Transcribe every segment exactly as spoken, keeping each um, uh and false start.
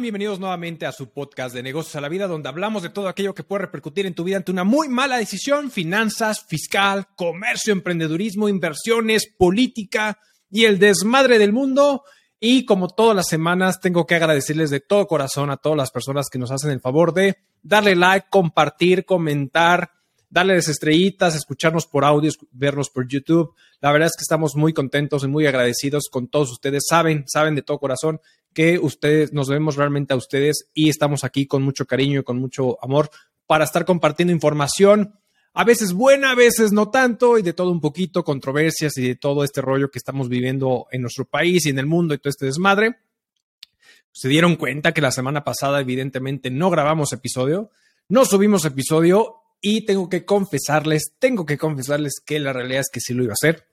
Bienvenidos nuevamente a su podcast de Negocios a la Vida, donde hablamos de todo aquello que puede repercutir en tu vida ante una muy mala decisión: finanzas, fiscal, comercio, emprendedurismo, inversiones, política y el desmadre del mundo. Y como todas las semanas, tengo que agradecerles de todo corazón a todas las personas que nos hacen el favor de darle like, compartir, comentar, darles estrellitas, escucharnos por audio, vernos por YouTube. La verdad es que estamos muy contentos y muy agradecidos con todos ustedes. Saben, saben de todo corazón que ustedes, nos debemos realmente a ustedes y estamos aquí con mucho cariño y con mucho amor para estar compartiendo información, a veces buena, a veces no tanto, y de todo un poquito, controversias y de todo este rollo que estamos viviendo en nuestro país y en el mundo y todo este desmadre. Se dieron cuenta que la semana pasada evidentemente no grabamos episodio, no subimos episodio y tengo que confesarles, tengo que confesarles que la realidad es que sí lo iba a hacer.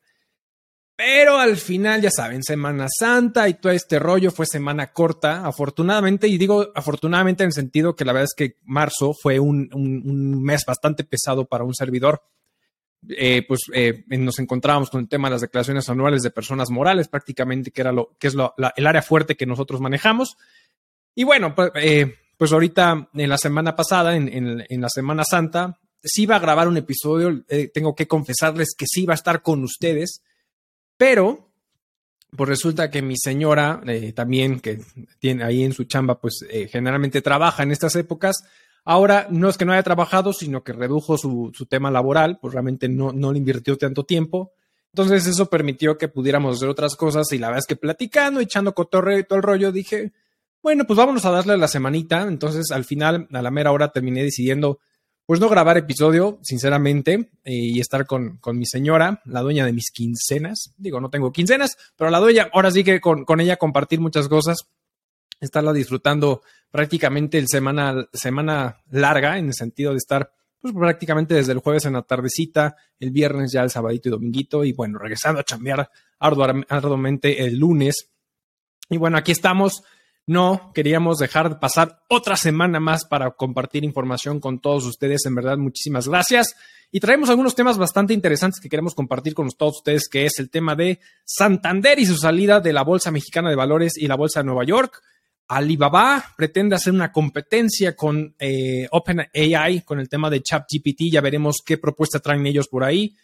Pero al final, ya saben, Semana Santa y todo este rollo fue semana corta, afortunadamente, y digo afortunadamente en el sentido que la verdad es que marzo fue un, un, un mes bastante pesado para un servidor. Eh, pues eh, nos encontrábamos con el tema de las declaraciones anuales de personas morales, prácticamente, que era lo que es lo, la, el área fuerte que nosotros manejamos. Y bueno, pues, eh, pues ahorita en la semana pasada, en, en, en la Semana Santa, sí iba a grabar un episodio. Eh, tengo que confesarles que sí iba a estar con ustedes. Pero, pues resulta que mi señora, eh, también que tiene ahí en su chamba, pues eh, generalmente trabaja en estas épocas. Ahora no es que no haya trabajado, sino que redujo su, su tema laboral, pues realmente no, no le invirtió tanto tiempo. Entonces eso permitió que pudiéramos hacer otras cosas y la verdad es que platicando, echando cotorreo y todo el rollo, dije, bueno, pues vámonos a darle la semanita. Entonces al final, a la mera hora, terminé decidiendo pues no grabar episodio, sinceramente, eh, y estar con, con mi señora, la dueña de mis quincenas. Digo, no tengo quincenas, pero la dueña, ahora sí que con, con ella compartir muchas cosas, estarla disfrutando prácticamente el semana, semana larga, en el sentido de estar pues prácticamente desde el jueves en la tardecita, el viernes ya el sabadito y dominguito, y bueno, regresando a chambear ardu- arduamente el lunes. Y bueno, aquí estamos. No queríamos dejar pasar otra semana más para compartir información con todos ustedes. En verdad, muchísimas gracias. Y traemos algunos temas bastante interesantes que queremos compartir con todos ustedes, que es el tema de Santander y su salida de la Bolsa Mexicana de Valores y la Bolsa de Nueva York. Alibaba pretende hacer una competencia con eh, OpenAI con el tema de ChatGPT. Ya veremos qué propuesta traen ellos por ahí.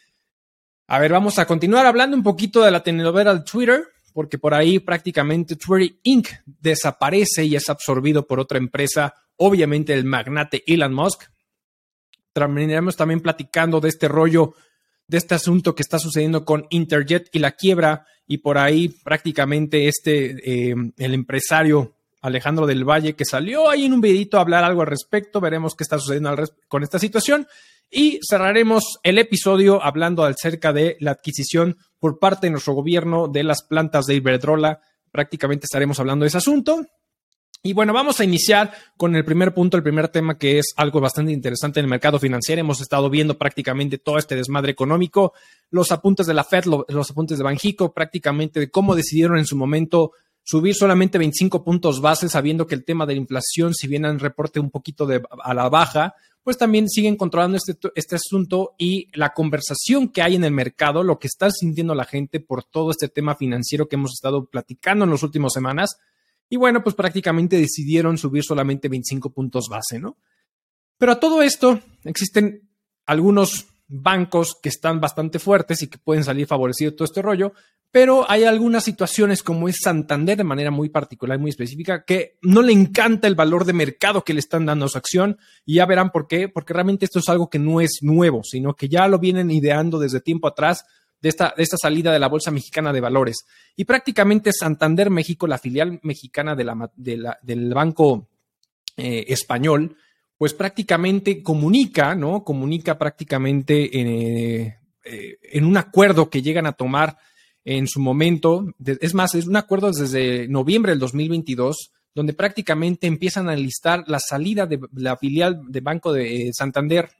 A ver, vamos a continuar hablando un poquito de la telenovela de Twitter, porque por ahí prácticamente Twitter incorporated desaparece y es absorbido por otra empresa, obviamente el magnate Elon Musk. Terminaremos también platicando de este rollo, de este asunto que está sucediendo con Interjet y la quiebra, y por ahí prácticamente este, eh, el empresario Alejandro del Valle, que salió ahí en un videito a hablar algo al respecto. Veremos qué está sucediendo al res- con esta situación. Y cerraremos el episodio hablando acerca de la adquisición por parte de nuestro gobierno de las plantas de Iberdrola. Prácticamente estaremos hablando de ese asunto. Y bueno, vamos a iniciar con el primer punto, el primer tema, que es algo bastante interesante en el mercado financiero. Hemos estado viendo prácticamente todo este desmadre económico, los apuntes de la Fed, los apuntes de Banxico, prácticamente de cómo decidieron en su momento subir solamente veinticinco puntos base, sabiendo que el tema de la inflación, si bien han reporte un poquito de, a la baja, pues también siguen controlando este, este asunto, y la conversación que hay en el mercado, lo que está sintiendo la gente por todo este tema financiero que hemos estado platicando en las últimas semanas. Y bueno, pues prácticamente decidieron subir solamente veinticinco puntos base, ¿no? Pero a todo esto existen algunos bancos que están bastante fuertes y que pueden salir favorecidos de todo este rollo, pero hay algunas situaciones como es Santander de manera muy particular y muy específica que no le encanta el valor de mercado que le están dando a su acción, y ya verán por qué, porque realmente esto es algo que no es nuevo, sino que ya lo vienen ideando desde tiempo atrás de esta, de esta salida de la Bolsa Mexicana de Valores. Y prácticamente Santander México, la filial mexicana de la, de la, del Banco eh, Español, pues prácticamente comunica, ¿no? Comunica prácticamente eh, eh, en un acuerdo que llegan a tomar en su momento. Es más, es un acuerdo desde noviembre del dos mil veintidós, donde prácticamente empiezan a listar la salida de la filial de Banco de Santander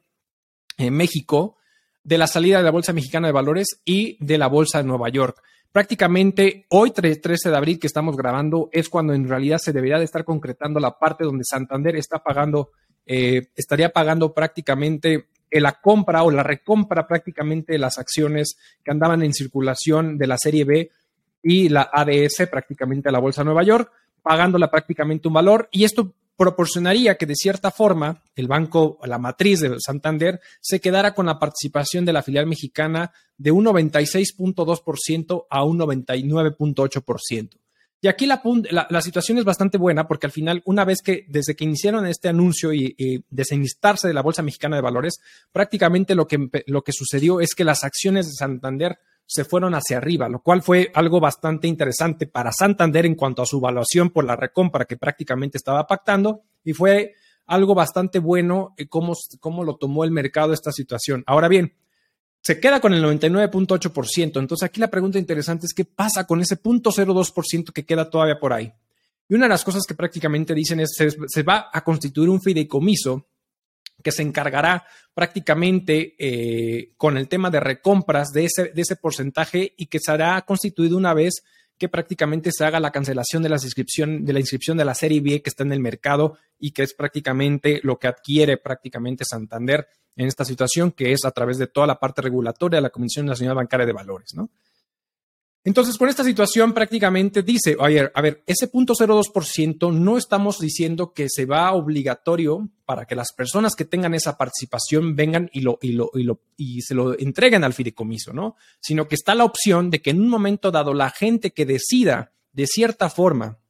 en México, de la salida de la Bolsa Mexicana de Valores y de la Bolsa de Nueva York. Prácticamente hoy, trece de abril, que estamos grabando, es cuando en realidad se debería de estar concretando la parte donde Santander está pagando, eh, estaría pagando prácticamente la compra o la recompra prácticamente de las acciones que andaban en circulación de la Serie B y la A D S, prácticamente a la Bolsa de Nueva York. pagándola prácticamente un valor, y esto proporcionaría que de cierta forma el banco, la matriz de Santander, se quedara con la participación de la filial mexicana de un noventa y seis punto dos por ciento a un noventa y nueve punto ocho por ciento. Y aquí la, la, la situación es bastante buena porque al final, una vez que desde que iniciaron este anuncio y, y desenlistarse de la Bolsa Mexicana de Valores, prácticamente lo que, lo que sucedió es que las acciones de Santander se fueron hacia arriba, lo cual fue algo bastante interesante para Santander en cuanto a su evaluación por la recompra que prácticamente estaba pactando, y fue algo bastante bueno eh, cómo, cómo lo tomó el mercado esta situación. Ahora bien, se queda con el noventa y nueve punto ocho por ciento, entonces aquí la pregunta interesante es qué pasa con ese cero punto cero dos por ciento que queda todavía por ahí. Y una de las cosas que prácticamente dicen es que se, se va a constituir un fideicomiso que se encargará prácticamente eh, con el tema de recompras de ese, de ese porcentaje, y que será constituido una vez que prácticamente se haga la cancelación de, las inscripción, de la inscripción de la Serie B que está en el mercado, y que es prácticamente lo que adquiere prácticamente Santander en esta situación, que es a través de toda la parte regulatoria de la Comisión Nacional Bancaria de Valores, ¿no? Entonces, con esta situación prácticamente dice, oye, a ver, ese cero punto cero dos por ciento no estamos diciendo que se va obligatorio para que las personas que tengan esa participación vengan y, lo, y, lo, y, lo, y se lo entreguen al fideicomiso, ¿no? Sino que está la opción de que en un momento dado la gente que decida de cierta forma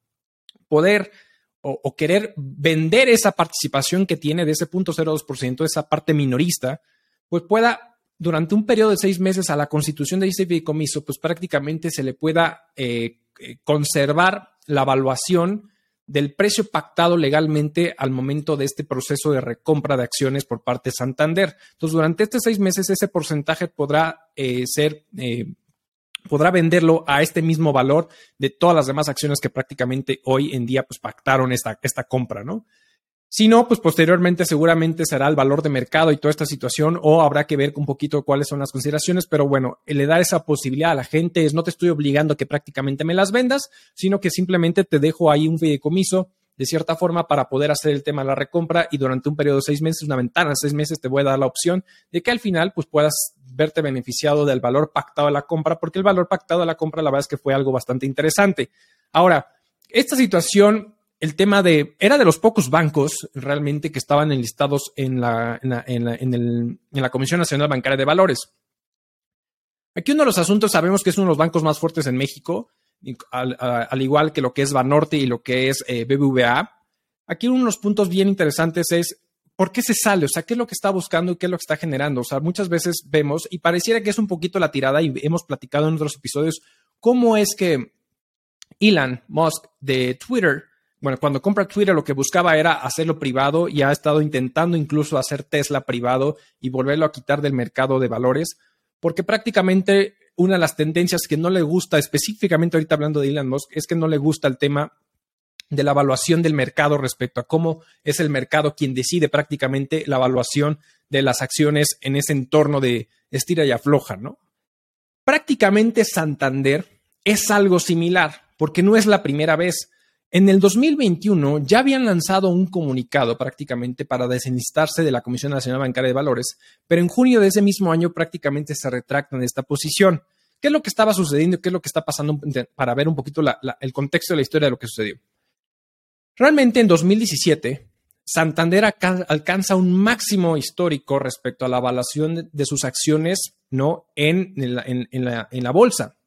poder o, o querer vender esa participación que tiene de ese cero punto cero dos por ciento, esa parte minorista, pues pueda, durante un periodo de seis meses a la constitución de ese fideicomiso, pues prácticamente se le pueda eh, conservar la evaluación del precio pactado legalmente al momento de este proceso de recompra de acciones por parte de Santander. Entonces, durante estos seis meses ese porcentaje podrá eh, ser, eh, podrá venderlo a este mismo valor de todas las demás acciones que prácticamente hoy en día pues pactaron esta, esta compra, ¿no? Si no, pues posteriormente seguramente será el valor de mercado y toda esta situación, o habrá que ver un poquito cuáles son las consideraciones, pero bueno, le da esa posibilidad a la gente, es no te estoy obligando a que prácticamente me las vendas, sino que simplemente te dejo ahí un fideicomiso de cierta forma para poder hacer el tema de la recompra, y durante un periodo de seis meses, una ventana de seis meses, te voy a dar la opción de que al final pues puedas verte beneficiado del valor pactado de la compra, porque el valor pactado de la compra la verdad es que fue algo bastante interesante. Ahora, esta situación... El tema de, era de los pocos bancos realmente que estaban enlistados en la, en la, en la, en el, en la Comisión Nacional Bancaria de Valores. Aquí uno de los asuntos, sabemos que es uno de los bancos más fuertes en México, al, al igual que lo que es Banorte y lo que es eh, B B V A. Aquí uno de los puntos bien interesantes es, ¿por qué se sale? O sea, ¿qué es lo que está buscando y qué es lo que está generando? O sea, muchas veces vemos, y pareciera que es un poquito la tirada, y hemos platicado en otros episodios, cómo es que Elon Musk de Twitter, bueno, cuando compra Twitter lo que buscaba era hacerlo privado, y ha estado intentando incluso hacer Tesla privado y volverlo a quitar del mercado de valores, porque prácticamente una de las tendencias que no le gusta, específicamente ahorita hablando de Elon Musk, es que no le gusta el tema de la evaluación del mercado respecto a cómo es el mercado quien decide prácticamente la evaluación de las acciones en ese entorno de estira y afloja, ¿no? Prácticamente Santander es algo similar, porque no es la primera vez. En el dos mil veintiuno ya habían lanzado un comunicado prácticamente para desenlistarse de la Comisión Nacional Bancaria de Valores, pero en junio de ese mismo año prácticamente se retractan de esta posición. ¿Qué es lo que estaba sucediendo? ¿Qué es lo que está pasando? Para ver un poquito la, la, el contexto de la historia de lo que sucedió. Realmente en dos mil diecisiete, Santander alcanza un máximo histórico respecto a la evaluación de sus acciones, ¿no? en, en, la, en, en, la, en la bolsa.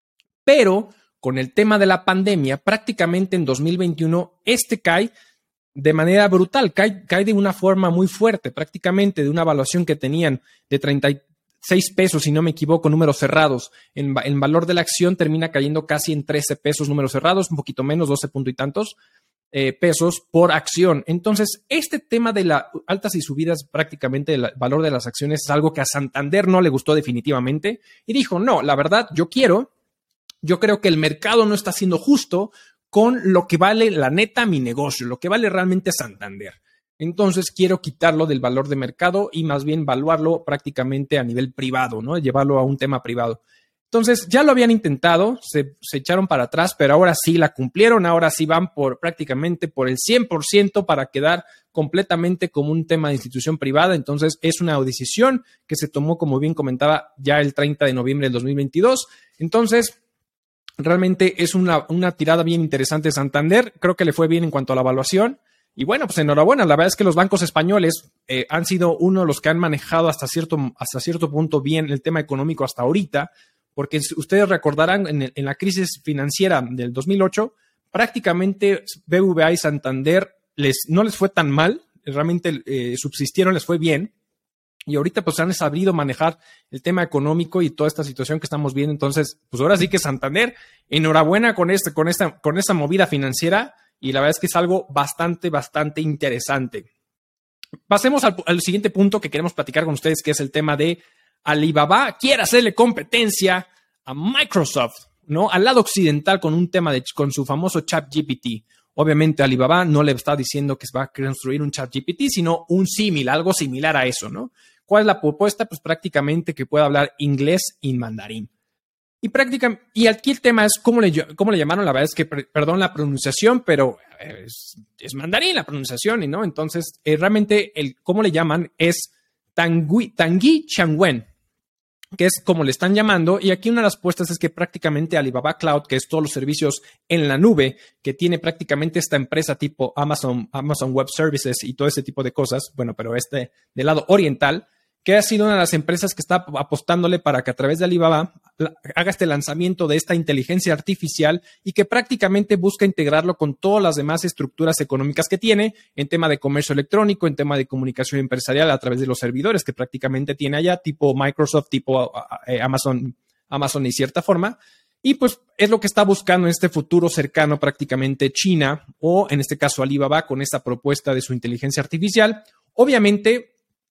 Pero con el tema de la pandemia, prácticamente en dos mil veintiuno, este cae de manera brutal, cae, cae de una forma muy fuerte, prácticamente de una evaluación que tenían de treinta y seis pesos, si no me equivoco, números cerrados. En, en valor de la acción termina cayendo casi en trece pesos, números cerrados, un poquito menos, doce punto y tantos eh, pesos por acción. Entonces, este tema de las altas y subidas prácticamente del valor de las acciones es algo que a Santander no le gustó definitivamente, y dijo, no, la verdad, yo quiero... Yo creo que el mercado no está siendo justo con lo que vale la neta mi negocio, lo que vale realmente Santander. Entonces quiero quitarlo del valor de mercado y más bien valuarlo prácticamente a nivel privado, ¿no? Llevarlo a un tema privado. Entonces ya lo habían intentado, se, se echaron para atrás, pero ahora sí la cumplieron, ahora sí van por prácticamente por el cien por ciento para quedar completamente como un tema de institución privada. Entonces es una decisión que se tomó, como bien comentaba, ya el treinta de noviembre del dos mil veintidós. Entonces... Realmente es una, una tirada bien interesante de Santander. Creo que le fue bien en cuanto a la evaluación. Y bueno, pues enhorabuena. La verdad es que los bancos españoles eh, han sido uno de los que han manejado hasta cierto, hasta cierto punto bien el tema económico hasta ahorita, porque ustedes recordarán en, el, en la crisis financiera del dos mil ocho, prácticamente B B V A y Santander les, no les fue tan mal, realmente eh, subsistieron, les fue bien. Y ahorita pues han sabido manejar el tema económico y toda esta situación que estamos viendo. Entonces, pues ahora sí que Santander, enhorabuena con, este, con, esta, con esta movida financiera. Y la verdad es que es algo bastante, bastante interesante. Pasemos al, al siguiente punto que queremos platicar con ustedes, que es el tema de Alibaba quiere hacerle competencia a Microsoft, ¿no? Al lado occidental con un tema de, con su famoso ChatGPT. Obviamente Alibaba no le está diciendo que se va a construir un ChatGPT, sino un símil, algo similar a eso, ¿no? ¿Cuál es la propuesta? Pues prácticamente que pueda hablar inglés y mandarín. Y prácticamente, y aquí el tema es cómo le, cómo le llamaron. La verdad es que, perdón la pronunciación, pero es, es mandarín la pronunciación, ¿no? Entonces, eh, realmente el cómo le llaman es Tanguy, Tanguy Changwen, que es como le están llamando. Y aquí una de las puestas es que prácticamente Alibaba Cloud, que es todos los servicios en la nube, que tiene prácticamente esta empresa tipo Amazon, Amazon Web Services y todo ese tipo de cosas, bueno, pero este del lado oriental, que ha sido una de las empresas que está apostándole para que a través de Alibaba haga este lanzamiento de esta inteligencia artificial y que prácticamente busca integrarlo con todas las demás estructuras económicas que tiene en tema de comercio electrónico, en tema de comunicación empresarial a través de los servidores que prácticamente tiene allá, tipo Microsoft, tipo eh, Amazon, Amazon y cierta forma. Y pues es lo que está buscando en este futuro cercano prácticamente China, o en este caso Alibaba, con esta propuesta de su inteligencia artificial. Obviamente,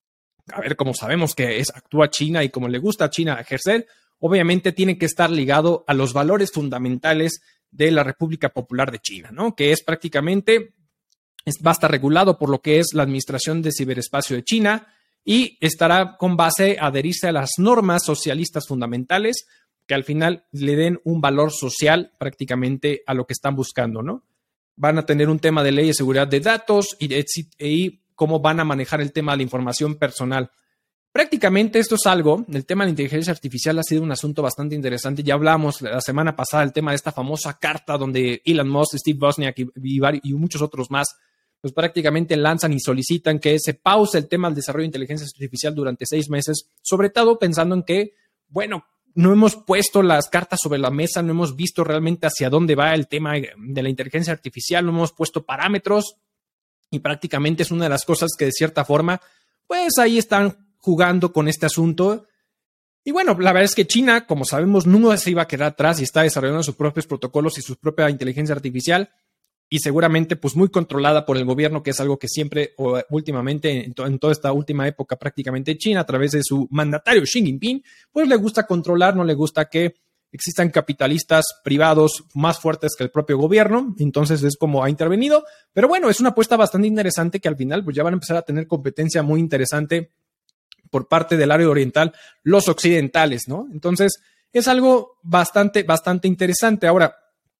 a ver, como sabemos que es, actúa China y como le gusta a China ejercer, obviamente tiene que estar ligado a los valores fundamentales de la República Popular de China, ¿no? Que es prácticamente, es, va a estar regulado por lo que es la Administración de Ciberespacio de China y estará con base a adherirse a las normas socialistas fundamentales que al final le den un valor social prácticamente a lo que están buscando, ¿no? Van a tener un tema de ley de seguridad de datos y, y cómo van a manejar el tema de la información personal. Prácticamente esto es algo, el tema de la inteligencia artificial ha sido un asunto bastante interesante. Ya hablamos la semana pasada del tema de esta famosa carta donde Elon Musk, Steve Wozniak y, y, y muchos otros más, pues prácticamente lanzan y solicitan que se pause el tema del desarrollo de inteligencia artificial durante seis meses, sobre todo pensando en que, bueno, no hemos puesto las cartas sobre la mesa, no hemos visto realmente hacia dónde va el tema de la inteligencia artificial, no hemos puesto parámetros. Y prácticamente es una de las cosas que de cierta forma, pues ahí están jugando con este asunto. Y bueno, la verdad es que China, como sabemos, no se iba a quedar atrás y está desarrollando sus propios protocolos y su propia inteligencia artificial. Y seguramente pues muy controlada por el gobierno, que es algo que siempre o últimamente, en, to en toda esta última época prácticamente China, a través de su mandatario Xi Jinping, pues le gusta controlar, no le gusta que existan capitalistas privados más fuertes que el propio gobierno, entonces es como ha intervenido, pero bueno, es una apuesta bastante interesante que al final pues ya van a empezar a tener competencia muy interesante por parte del área oriental, los occidentales, ¿no? Entonces es algo bastante, bastante interesante. Ahora,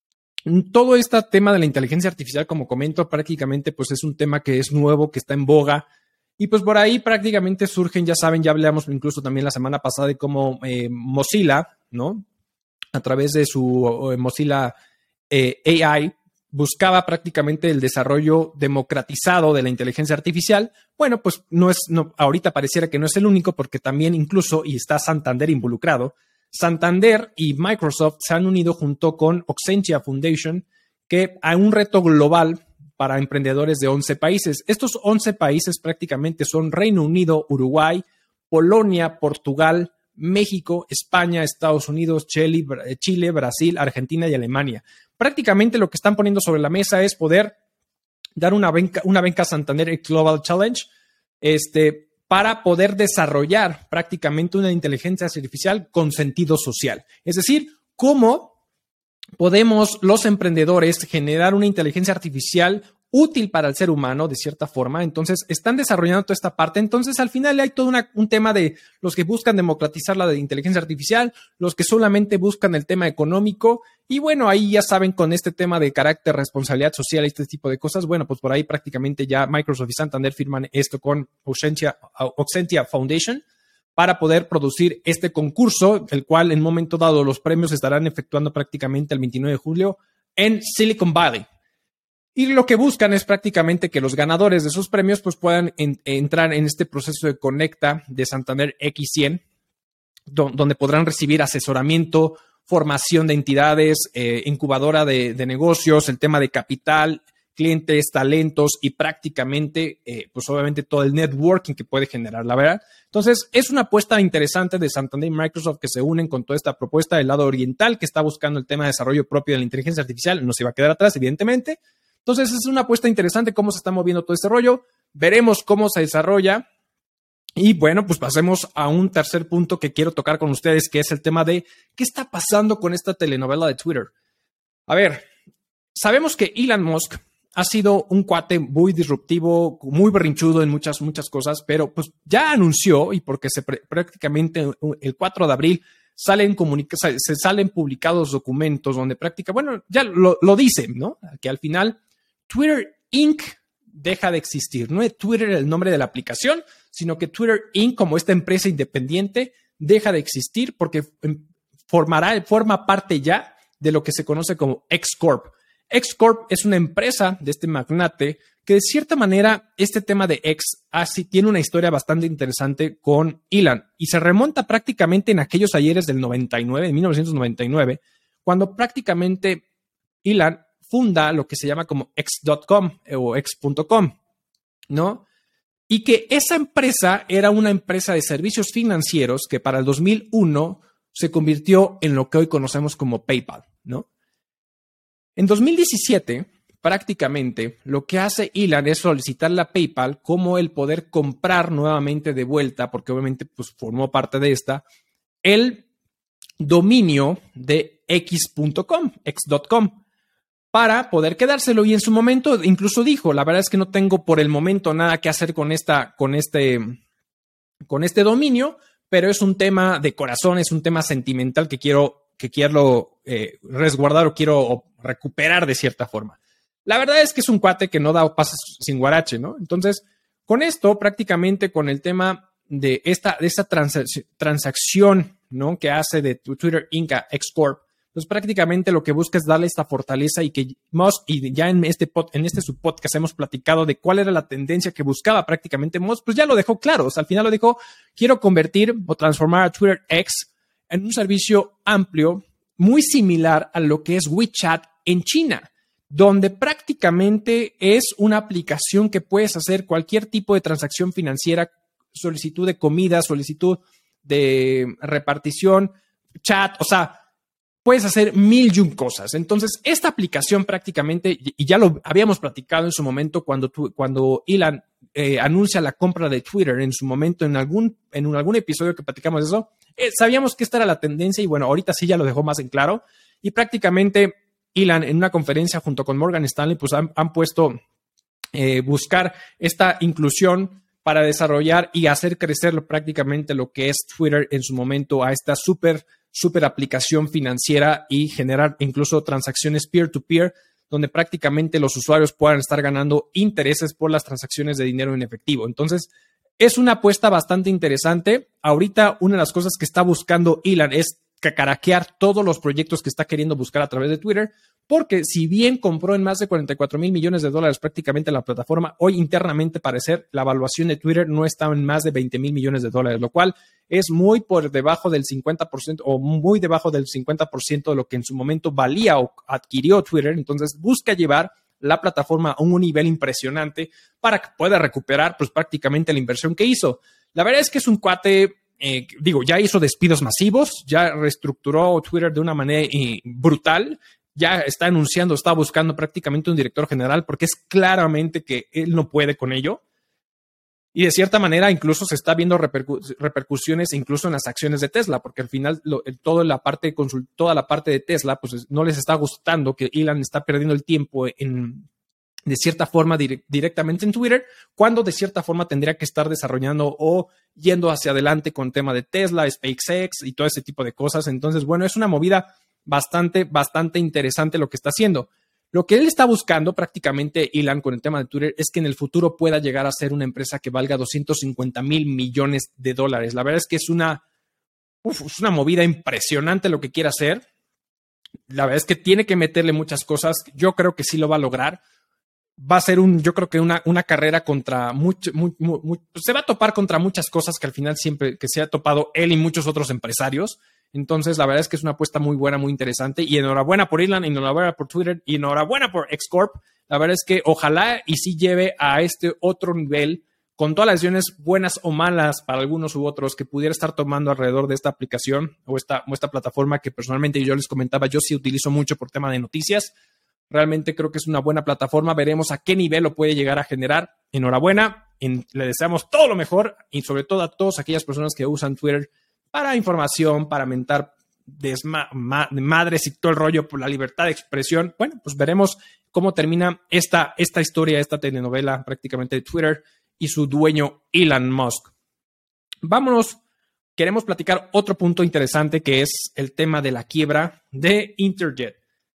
todo este tema de la inteligencia artificial, como comento, prácticamente pues es un tema que es nuevo, que está en boga, y pues por ahí prácticamente surgen, ya saben, ya hablamos incluso también la semana pasada de cómo eh, Mozilla, ¿no? A través de su eh, Mozilla eh, A I, buscaba prácticamente el desarrollo democratizado de la inteligencia artificial. Bueno, pues no es, no, ahorita pareciera que no es el único, porque también incluso, y está Santander involucrado, Santander y Microsoft se han unido junto con Oxentia Foundation, que hay un reto global para emprendedores de once países. Estos once países prácticamente son Reino Unido, Uruguay, Polonia, Portugal, México, España, Estados Unidos, Chile, Chile, Brasil, Argentina y Alemania. Prácticamente lo que están poniendo sobre la mesa es poder dar una beca, una beca Santander Global Challenge este, para poder desarrollar prácticamente una inteligencia artificial con sentido social. Es decir, cómo podemos los emprendedores generar una inteligencia artificial útil para el ser humano de cierta forma. Entonces están desarrollando toda esta parte. Entonces al final hay todo una, un tema de los que buscan democratizar la de inteligencia artificial, los que solamente buscan el tema económico. Y bueno, ahí ya saben, con este tema de carácter, responsabilidad social y este tipo de cosas, bueno, pues por ahí prácticamente ya Microsoft y Santander firman esto con Oxentia, Oxentia Foundation para poder producir este concurso, el cual en un momento dado los premios se estarán efectuando prácticamente el veintinueve de julio en Silicon Valley. Y lo que buscan es prácticamente que los ganadores de esos premios pues, puedan en, entrar en este proceso de Conecta de Santander X cien, do, donde podrán recibir asesoramiento, formación de entidades, eh, incubadora de, de negocios, el tema de capital, clientes, talentos y prácticamente, eh, pues obviamente todo el networking que puede generar, la verdad. Entonces, es una apuesta interesante de Santander y Microsoft que se unen con toda esta propuesta del lado oriental que está buscando el tema de desarrollo propio de la inteligencia artificial. No se va a quedar atrás, evidentemente. Entonces, es una apuesta interesante cómo se está moviendo todo este rollo. Veremos cómo se desarrolla. Y bueno, pues pasemos a un tercer punto que quiero tocar con ustedes, que es el tema de qué está pasando con esta telenovela de Twitter. A ver, sabemos que Elon Musk ha sido un cuate muy disruptivo, muy berrinchudo en muchas, muchas cosas, pero pues ya anunció, y porque se prácticamente el cuatro de abril salen, comunica se salen publicados documentos donde prácticamente, bueno, ya lo, lo dicen, ¿no? Que al final Twitter incorporated deja de existir. No es Twitter el nombre de la aplicación, sino que Twitter incorporated, como esta empresa independiente, deja de existir porque formará, forma parte ya de lo que se conoce como X Corp. X Corp es una empresa de este magnate que de cierta manera este tema de X así tiene una historia bastante interesante con Elon y se remonta prácticamente en aquellos ayeres del noventa y nueve, de mil novecientos noventa y nueve, cuando prácticamente Elon funda lo que se llama como X punto com o X punto com, ¿no? Y que esa empresa era una empresa de servicios financieros que para el dos mil uno se convirtió en lo que hoy conocemos como PayPal, ¿no? En dos mil diecisiete, prácticamente, lo que hace Elon es solicitarle a PayPal como el poder comprar nuevamente de vuelta, porque obviamente pues, formó parte de esta, el dominio de X punto com, X punto com, para poder quedárselo. Y en su momento incluso dijo, la verdad es que no tengo por el momento nada que hacer con, esta, con, este, con este dominio, pero es un tema de corazón, es un tema sentimental que quiero que quiero eh, resguardar o quiero recuperar de cierta forma. La verdad es que es un cuate que no da pasos sin guarache, ¿no? Entonces, con esto, prácticamente con el tema de esta, de esta transac- transacción, ¿no? Que hace de Twitter incorporated a X Corp, pues prácticamente lo que busca es darle esta fortaleza y que Musk, y ya en este, pod, en este subpodcast hemos platicado de cuál era la tendencia que buscaba prácticamente Musk, pues ya lo dejó claro. O sea, al final lo dijo, quiero convertir o transformar a Twitter X en un servicio amplio, muy similar a lo que es WeChat en China, donde prácticamente es una aplicación que puedes hacer cualquier tipo de transacción financiera, solicitud de comida, solicitud de repartición, chat, o sea, puedes hacer mil y un cosas. Entonces, esta aplicación prácticamente, y ya lo habíamos platicado en su momento cuando, tu, cuando Elon eh, anuncia la compra de Twitter, en su momento, en algún, en un, algún episodio que platicamos de eso, eh, sabíamos que esta era la tendencia y bueno, ahorita sí ya lo dejó más en claro. Y prácticamente Elon en una conferencia junto con Morgan Stanley, pues han, han puesto eh, buscar esta inclusión para desarrollar y hacer crecer prácticamente lo que es Twitter en su momento a esta súper súper aplicación financiera y generar incluso transacciones peer-to-peer, donde prácticamente los usuarios puedan estar ganando intereses por las transacciones de dinero en efectivo. Entonces, es una apuesta bastante interesante. Ahorita, una de las cosas que está buscando Elon es cacaraquear todos los proyectos que está queriendo buscar a través de Twitter, porque si bien compró en más de cuarenta y cuatro mil millones de dólares prácticamente la plataforma, hoy internamente parecer la evaluación de Twitter no está en más de veinte mil millones de dólares, lo cual es muy por debajo del cincuenta por ciento o muy debajo del cincuenta por ciento de lo que en su momento valía o adquirió Twitter. Entonces busca llevar la plataforma a un nivel impresionante para que pueda recuperar pues prácticamente la inversión que hizo. La verdad es que es un cuate... Eh, digo, ya hizo despidos masivos, ya reestructuró Twitter de una manera eh, brutal, ya está anunciando, está buscando prácticamente un director general porque es claramente que él no puede con ello. Y de cierta manera incluso se está viendo repercu repercusiones incluso en las acciones de Tesla, porque al final lo, el, toda, la parte de consult toda la parte de Tesla pues no les está gustando que Elon está perdiendo el tiempo en... de cierta forma direct, directamente en Twitter, cuando de cierta forma tendría que estar desarrollando o yendo hacia adelante con tema de Tesla, SpaceX y todo ese tipo de cosas. Entonces, bueno, es una movida bastante, bastante interesante lo que está haciendo. Lo que él está buscando prácticamente, Elon, con el tema de Twitter, es que en el futuro pueda llegar a ser una empresa que valga doscientos cincuenta mil millones de dólares. La verdad es que es una, uf, es una movida impresionante lo que quiere hacer. La verdad es que tiene que meterle muchas cosas. Yo creo que sí lo va a lograr. Va a ser un, yo creo que una, una carrera contra mucho, muy, muy, muy, se va a topar contra muchas cosas que al final siempre que se ha topado él y muchos otros empresarios. Entonces, la verdad es que es una apuesta muy buena, muy interesante. Y enhorabuena por Elon, enhorabuena por Twitter y enhorabuena por X Corp. La verdad es que ojalá y sí lleve a este otro nivel con todas las decisiones buenas o malas para algunos u otros que pudiera estar tomando alrededor de esta aplicación o esta, o esta plataforma que personalmente yo les comentaba, yo sí utilizo mucho por tema de noticias. Realmente creo que es una buena plataforma. Veremos a qué nivel lo puede llegar a generar. Enhorabuena. En, le deseamos todo lo mejor y sobre todo a todas aquellas personas que usan Twitter para información, para mentar desma ma madres y todo el rollo por la libertad de expresión. Bueno, pues veremos cómo termina esta, esta historia, esta telenovela prácticamente de Twitter y su dueño Elon Musk. Vámonos. Queremos platicar otro punto interesante que es el tema de la quiebra de Interjet.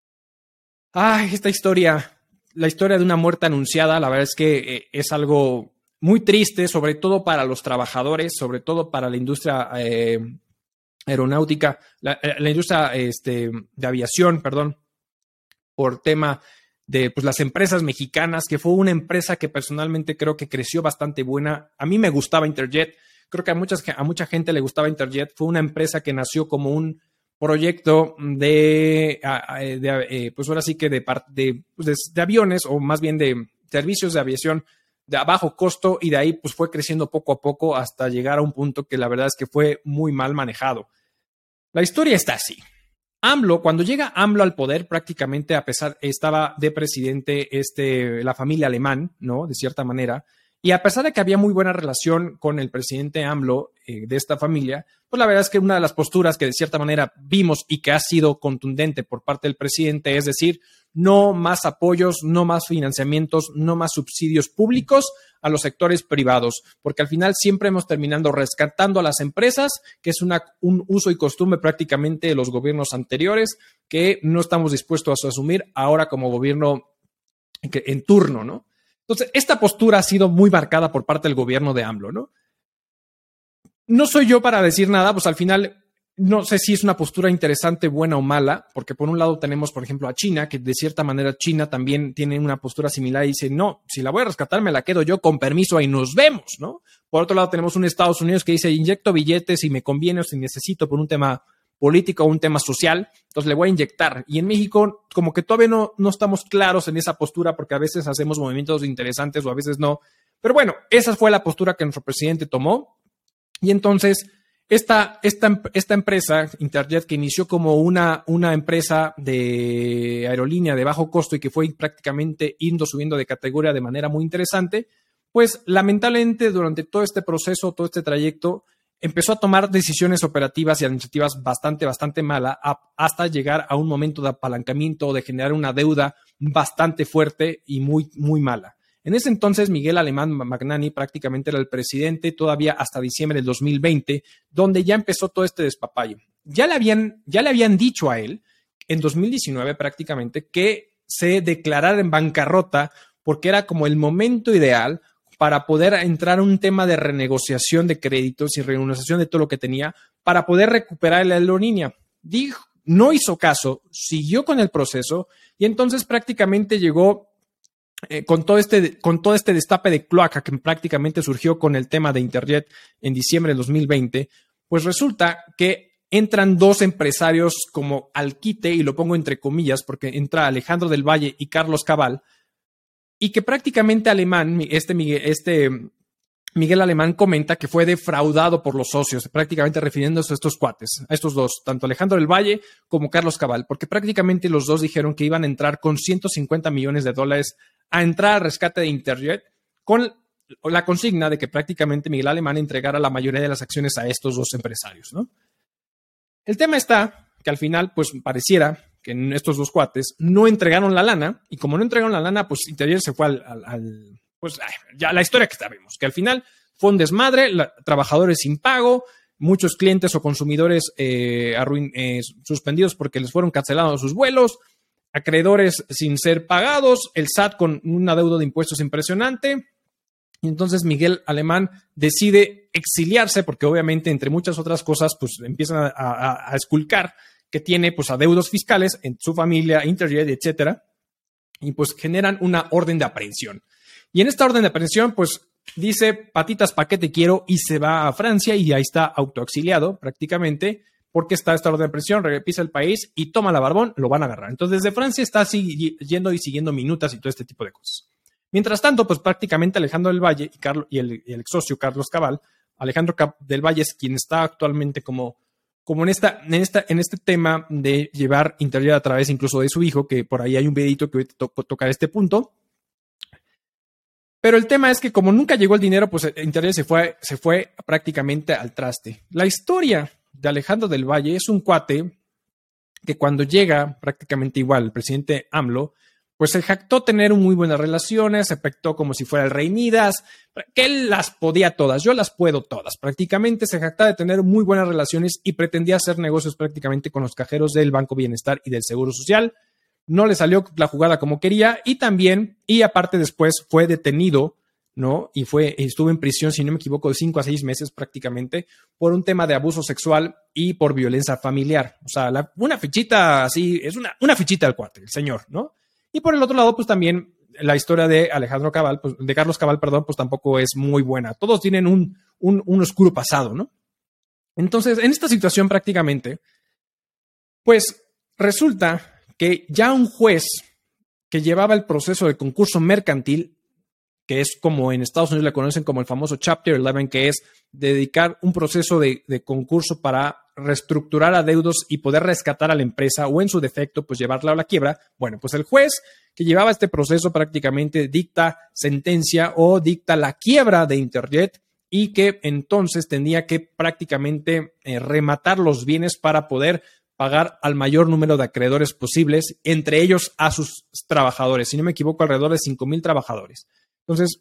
Ay, esta historia, la historia de una muerte anunciada, la verdad es que eh, es algo muy triste, sobre todo para los trabajadores, sobre todo para la industria eh, aeronáutica, la, la industria este, de aviación, perdón, por tema de pues, las empresas mexicanas, que fue una empresa que personalmente creo que creció bastante buena. A mí me gustaba Interjet, creo que a, muchas, a mucha gente le gustaba Interjet. Fue una empresa que nació como un proyecto de, de, de pues ahora sí que de, de, de, de aviones, o más bien de servicios de aviación de a bajo costo, y de ahí pues fue creciendo poco a poco hasta llegar a un punto que la verdad es que fue muy mal manejado. La historia está así. AMLO, cuando llega AMLO al poder, prácticamente a pesar, estaba de presidente este, la familia Alemán, ¿no? De cierta manera. Y a pesar de que había muy buena relación con el presidente AMLO eh, de esta familia, pues la verdad es que una de las posturas que de cierta manera vimos y que ha sido contundente por parte del presidente es decir, no más apoyos, no más financiamientos, no más subsidios públicos a los sectores privados, porque al final siempre hemos terminado rescatando a las empresas, que es una, un uso y costumbre prácticamente de los gobiernos anteriores, que no estamos dispuestos a asumir ahora como gobierno en, en turno, ¿no? Entonces, esta postura ha sido muy marcada por parte del gobierno de AMLO, ¿no? No soy yo para decir nada, pues al final no sé si es una postura interesante, buena o mala, porque por un lado tenemos, por ejemplo, a China, que de cierta manera China también tiene una postura similar y dice, no, si la voy a rescatar me la quedo yo con permiso y nos vemos, ¿no? Por otro lado tenemos un Estados Unidos que dice, inyecto billetes si me conviene o si necesito por un tema político o un tema social, entonces le voy a inyectar. Y en México como que todavía no, no estamos claros en esa postura porque a veces hacemos movimientos interesantes o a veces no. Pero bueno, esa fue la postura que nuestro presidente tomó. Y entonces esta, esta, esta empresa, Interjet, que inició como una, una empresa de aerolínea de bajo costo y que fue prácticamente yendo subiendo de categoría de manera muy interesante, pues lamentablemente durante todo este proceso, todo este trayecto, empezó a tomar decisiones operativas y administrativas bastante, bastante malas hasta llegar a un momento de apalancamiento o de generar una deuda bastante fuerte y muy, muy mala. En ese entonces, Miguel Alemán Magnani prácticamente era el presidente todavía hasta diciembre del dos mil veinte, donde ya empezó todo este despapalle. Ya le habían, ya le habían dicho a él en dos mil diecinueve prácticamente que se declarara en bancarrota porque era como el momento ideal para poder entrar a un tema de renegociación de créditos y renegociación de todo lo que tenía para poder recuperar la aerolínea. Dijo, no hizo caso, siguió con el proceso y entonces prácticamente llegó eh, con, todo este, con todo este destape de cloaca que prácticamente surgió con el tema de Interjet en diciembre de dos mil veinte, pues resulta que entran dos empresarios como al quite, y lo pongo entre comillas porque entra Alejandro del Valle y Carlos Cabal, y que prácticamente Alemán, este Miguel, este Miguel Alemán comenta que fue defraudado por los socios, prácticamente refiriéndose a estos cuates, a estos dos, tanto Alejandro del Valle como Carlos Cabal, porque prácticamente los dos dijeron que iban a entrar con ciento cincuenta millones de dólares a entrar al rescate de Interjet con la consigna de que prácticamente Miguel Alemán entregara la mayoría de las acciones a estos dos empresarios, ¿no? El tema está que al final, pues pareciera que estos dos cuates no entregaron la lana, y como no entregaron la lana, pues Interjet se fue al, al, al pues ay, ya la historia que sabemos, que al final fue un desmadre, la, trabajadores sin pago, muchos clientes o consumidores eh, arruin, eh, suspendidos porque les fueron cancelados sus vuelos, acreedores sin ser pagados, el S A T con un adeudo de impuestos impresionante. Y entonces Miguel Alemán decide exiliarse porque obviamente, entre muchas otras cosas, pues empiezan a, a, a esculcar que tiene pues adeudos fiscales en su familia, Interjet, etcétera, y pues generan una orden de aprehensión. Y en esta orden de aprehensión, pues dice, patitas, ¿pa' qué te quiero? Y se va a Francia y ahí está autoexiliado prácticamente, porque está esta orden de aprehensión, repisa el país y toma la barbón, lo van a agarrar. Entonces, desde Francia está así yendo y siguiendo minutas y todo este tipo de cosas. Mientras tanto, pues prácticamente Alejandro del Valle y, Carlos, y, el, y el ex socio Carlos Cabal, Alejandro del Valle es quien está actualmente como, como en, esta, en, esta, en este tema de llevar Interjet a través incluso de su hijo, que por ahí hay un videito que hoy to tocar este punto. Pero el tema es que como nunca llegó el dinero, pues Interjet se fue, se fue prácticamente al traste. La historia de Alejandro del Valle es un cuate que cuando llega prácticamente igual el presidente AMLO, pues se jactó tener muy buenas relaciones, se pactó como si fuera el rey Midas, que él las podía todas, yo las puedo todas. Prácticamente se jactaba de tener muy buenas relaciones y pretendía hacer negocios prácticamente con los cajeros del Banco Bienestar y del Seguro Social. No le salió la jugada como quería y también, y aparte después fue detenido, ¿no? Y fue, estuvo en prisión, si no me equivoco, de cinco a seis meses prácticamente por un tema de abuso sexual y por violencia familiar. O sea, la, una fichita así, es una, una fichita del cuate, el señor, ¿no? Y por el otro lado, pues también la historia de Alejandro Cabal, pues, de Carlos Cabal, perdón, pues tampoco es muy buena. Todos tienen un, un, un oscuro pasado, ¿no? Entonces, en esta situación prácticamente, pues resulta que ya un juez que llevaba el proceso de concurso mercantil, que es como en Estados Unidos le conocen como el famoso Chapter once, que es dedicar un proceso de, de concurso para reestructurar adeudos y poder rescatar a la empresa o en su defecto, pues llevarla a la quiebra. Bueno, pues el juez que llevaba este proceso prácticamente dicta sentencia o dicta la quiebra de Interjet y que entonces tenía que prácticamente eh, rematar los bienes para poder pagar al mayor número de acreedores posibles, entre ellos a sus trabajadores. Si no me equivoco, alrededor de cinco mil trabajadores. Entonces,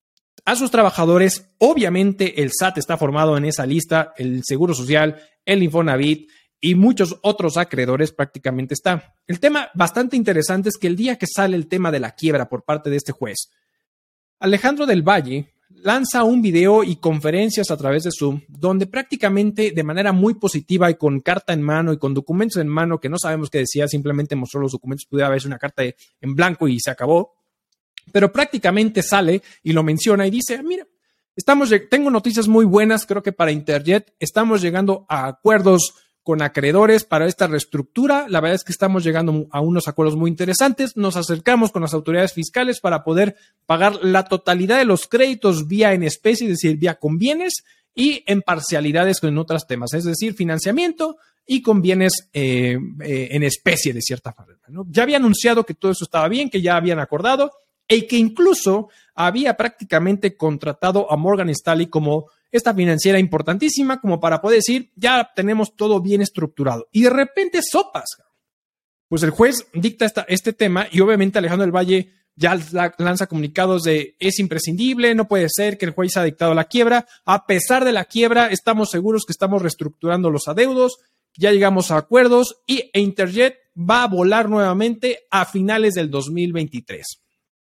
a sus trabajadores, obviamente el S A T está formado en esa lista, el Seguro Social, el Infonavit y muchos otros acreedores prácticamente están. El tema bastante interesante es que el día que sale el tema de la quiebra por parte de este juez, Alejandro del Valle lanza un video y conferencias a través de Zoom, donde prácticamente de manera muy positiva y con carta en mano y con documentos en mano que no sabemos qué decía, simplemente mostró los documentos, pudiera haberse una carta en blanco y se acabó. Pero prácticamente sale y lo menciona y dice, mira, estamos, tengo noticias muy buenas, creo que para Interjet estamos llegando a acuerdos con acreedores para esta reestructura. La verdad es que estamos llegando a unos acuerdos muy interesantes. Nos acercamos con las autoridades fiscales para poder pagar la totalidad de los créditos vía en especie, es decir, vía con bienes y en parcialidades con otros temas, es decir, financiamiento y con bienes eh, eh, en especie de cierta forma, ¿no? Ya había anunciado que todo eso estaba bien, que ya habían acordado y que incluso había prácticamente contratado a Morgan Stanley como esta financiera importantísima como para poder decir, ya tenemos todo bien estructurado. Y de repente sopas. Pues el juez dicta esta, este tema y obviamente Alejandro del Valle ya lanza comunicados de es imprescindible, no puede ser que el juez haya dictado la quiebra. A pesar de la quiebra, estamos seguros que estamos reestructurando los adeudos, ya llegamos a acuerdos y Interjet va a volar nuevamente a finales del dos mil veintitrés.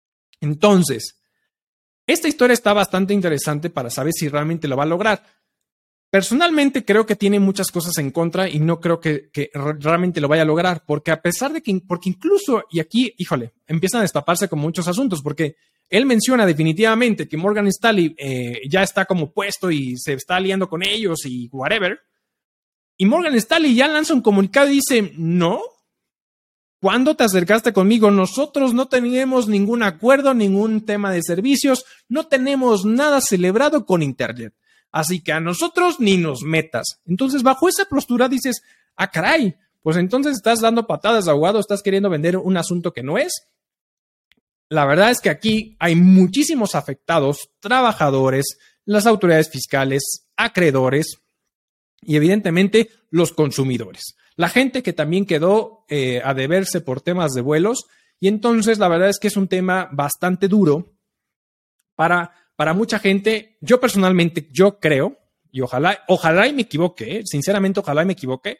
Entonces, esta historia está bastante interesante para saber si realmente lo va a lograr. Personalmente creo que tiene muchas cosas en contra y no creo que, que realmente lo vaya a lograr, porque a pesar de que, porque incluso, y aquí, híjole, empiezan a destaparse con muchos asuntos, porque él menciona definitivamente que Morgan Stanley eh, ya está como puesto y se está aliando con ellos y whatever, y Morgan Stanley ya lanza un comunicado y dice, no, ¿cuándo te acercaste conmigo? Nosotros no teníamos ningún acuerdo, ningún tema de servicios, no tenemos nada celebrado con Interjet. Así que a nosotros ni nos metas. Entonces, bajo esa postura dices, ah, caray, pues entonces estás dando patadas de ahogado, estás queriendo vender un asunto que no es. La verdad es que aquí hay muchísimos afectados, trabajadores, las autoridades fiscales, acreedores y evidentemente los consumidores. La gente que también quedó eh, a deberse por temas de vuelos y entonces la verdad es que es un tema bastante duro para, para mucha gente. Yo personalmente, yo creo, y ojalá, ojalá y me equivoque, ¿eh? Sinceramente ojalá y me equivoque,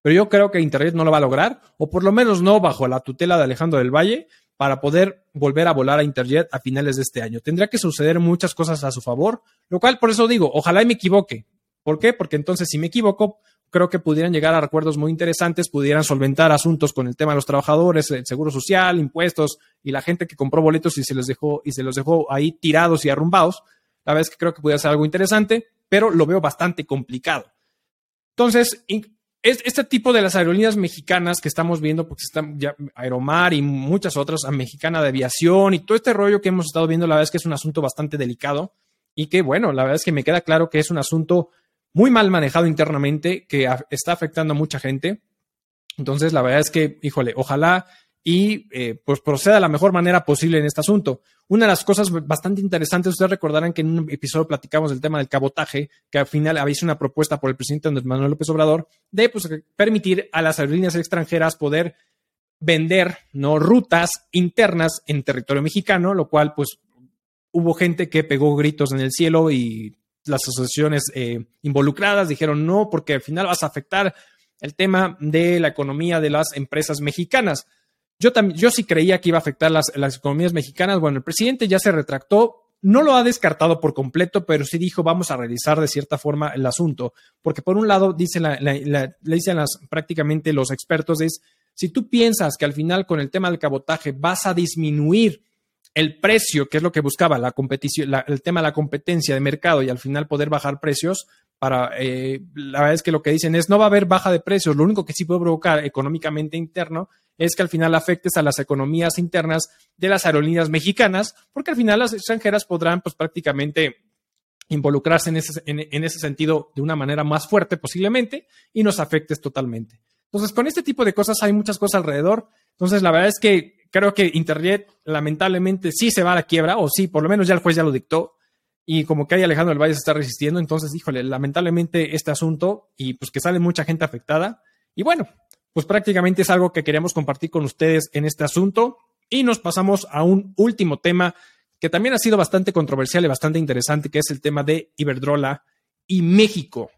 pero yo creo que Interjet no lo va a lograr, o por lo menos no bajo la tutela de Alejandro del Valle, para poder volver a volar a Interjet a finales de este año. Tendría que suceder muchas cosas a su favor, lo cual por eso digo, ojalá y me equivoque. ¿Por qué? Porque entonces si me equivoco, creo que pudieran llegar a acuerdos muy interesantes, pudieran solventar asuntos con el tema de los trabajadores, el seguro social, impuestos y la gente que compró boletos y se les dejó y se los dejó ahí tirados y arrumbados. La verdad es que creo que pudiera ser algo interesante, pero lo veo bastante complicado. Entonces, es este tipo de las aerolíneas mexicanas que estamos viendo, porque están ya Aeromar y muchas otras, a Mexicana de Aviación y todo este rollo que hemos estado viendo, la verdad es que es un asunto bastante delicado y que, bueno, la verdad es que me queda claro que es un asunto muy mal manejado internamente, que a, está afectando a mucha gente. Entonces, la verdad es que, híjole, ojalá y eh, pues proceda de la mejor manera posible en este asunto. Una de las cosas bastante interesantes, ustedes recordarán que en un episodio platicamos del tema del cabotaje, que al final había una propuesta por el presidente Andrés Manuel López Obrador de pues, permitir a las aerolíneas extranjeras poder vender, ¿no?, rutas internas en territorio mexicano, lo cual pues hubo gente que pegó gritos en el cielo y las asociaciones eh, involucradas dijeron no, porque al final vas a afectar el tema de la economía de las empresas mexicanas. Yo, también, yo sí creía que iba a afectar las, las economías mexicanas. Bueno, el presidente ya se retractó, no lo ha descartado por completo, pero sí dijo vamos a realizar de cierta forma el asunto, porque por un lado dice la, la, la, le dicen las, prácticamente los expertos es si tú piensas que al final con el tema del cabotaje vas a disminuir el precio, que es lo que buscaba la competición, la, el tema de la competencia de mercado y al final poder bajar precios, para eh, la verdad es que lo que dicen es no va a haber baja de precios, lo único que sí puede provocar económicamente interno es que al final afectes a las economías internas de las aerolíneas mexicanas, porque al final las extranjeras podrán pues prácticamente involucrarse en ese, en, en ese sentido de una manera más fuerte posiblemente y nos afectes totalmente. Entonces, con este tipo de cosas hay muchas cosas alrededor. Entonces, la verdad es que creo que Interjet lamentablemente sí se va a la quiebra, o sí, por lo menos ya el juez ya lo dictó, y como que ahí Alejandro del Valle se está resistiendo. Entonces, híjole, lamentablemente este asunto y pues que sale mucha gente afectada. Y bueno, pues prácticamente es algo que queríamos compartir con ustedes en este asunto. Y nos pasamos a un último tema que también ha sido bastante controversial y bastante interesante, que es el tema de Iberdrola y México.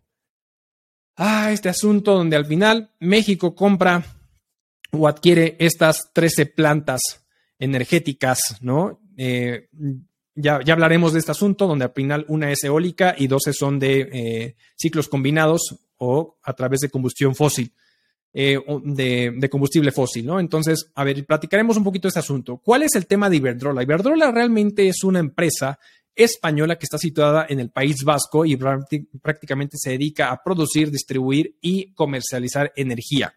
Ah, este asunto donde al final México compra o adquiere estas trece plantas energéticas, ¿no? Eh, ya, ya hablaremos de este asunto, donde al final una es eólica y doce son de eh, ciclos combinados o a través de combustión fósil, eh, de, de combustible fósil, ¿no? Entonces, a ver, platicaremos un poquito de este asunto. ¿Cuál es el tema de Iberdrola? Iberdrola realmente es una empresa española que está situada en el País Vasco y prácticamente se dedica a producir, distribuir y comercializar energía.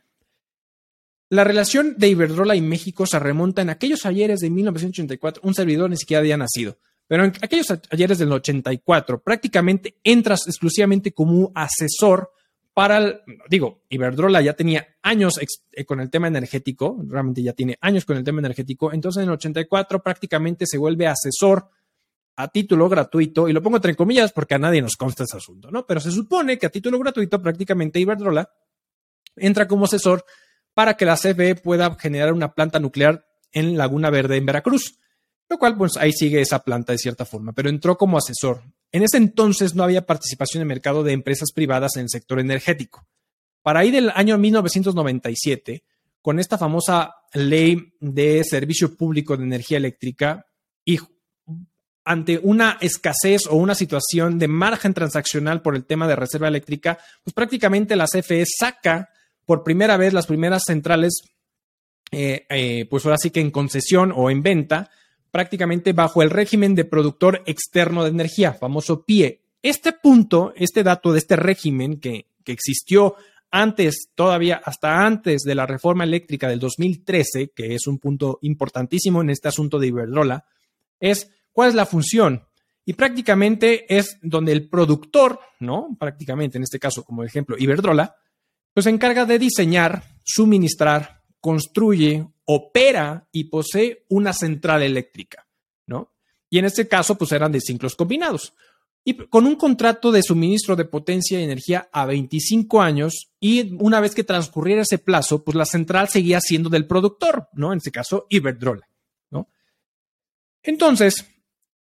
La relación de Iberdrola y México se remonta en aquellos ayeres de mil novecientos ochenta y cuatro. Un servidor ni siquiera había nacido, pero en aquellos ayeres del ochenta y cuatro prácticamente entras exclusivamente como asesor para, el, digo, Iberdrola ya tenía años ex, eh, con el tema energético, realmente ya tiene años con el tema energético, entonces en el ochenta y cuatro prácticamente se vuelve asesor a título gratuito, y lo pongo entre comillas porque a nadie nos consta ese asunto, ¿no? Pero se supone que a título gratuito prácticamente Iberdrola entra como asesor para que la C F E pueda generar una planta nuclear en Laguna Verde, en Veracruz, lo cual pues ahí sigue esa planta de cierta forma, pero entró como asesor. En ese entonces no había participación en el mercado de empresas privadas en el sector energético. Para ahí del año mil novecientos noventa y siete, con esta famosa ley de servicio público de energía eléctrica y ante una escasez o una situación de margen transaccional por el tema de reserva eléctrica, pues prácticamente la C F E saca por primera vez las primeras centrales, eh, eh, pues ahora sí que en concesión o en venta, prácticamente bajo el régimen de productor externo de energía, famoso P I E. Este punto, este dato de este régimen que, que existió antes, todavía hasta antes de la reforma eléctrica del dos mil trece, que es un punto importantísimo en este asunto de Iberdrola, es cuál es la función. Y prácticamente es donde el productor, ¿no? Prácticamente en este caso, como ejemplo, Iberdrola, pues se encarga de diseñar, suministrar, construye, opera y posee una central eléctrica, ¿no? Y en este caso, pues eran de ciclos combinados. Y con un contrato de suministro de potencia y energía a veinticinco años, y una vez que transcurriera ese plazo, pues la central seguía siendo del productor, ¿no? En este caso, Iberdrola, ¿no? Entonces,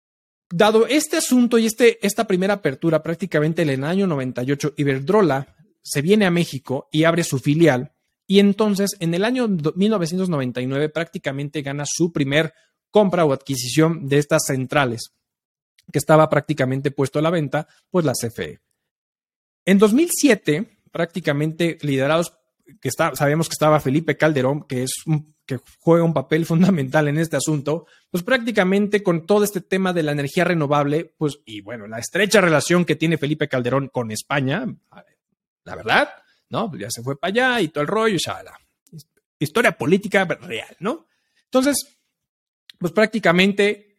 dado este asunto y este, esta primera apertura, prácticamente en el año noventa y ocho, Iberdrola se viene a México y abre su filial. Y entonces, en el año mil novecientos noventa y nueve, prácticamente gana su primer compra o adquisición de estas centrales, que estaba prácticamente puesto a la venta, pues la C F E. En dos mil siete, prácticamente liderados, que está, sabemos que estaba Felipe Calderón, que, es un, que juega un papel fundamental en este asunto, pues prácticamente con todo este tema de la energía renovable, pues, y bueno, la estrecha relación que tiene Felipe Calderón con España, la verdad, ¿no? Pues ya se fue para allá y todo el rollo, shala. Historia política real, ¿no? Entonces, pues prácticamente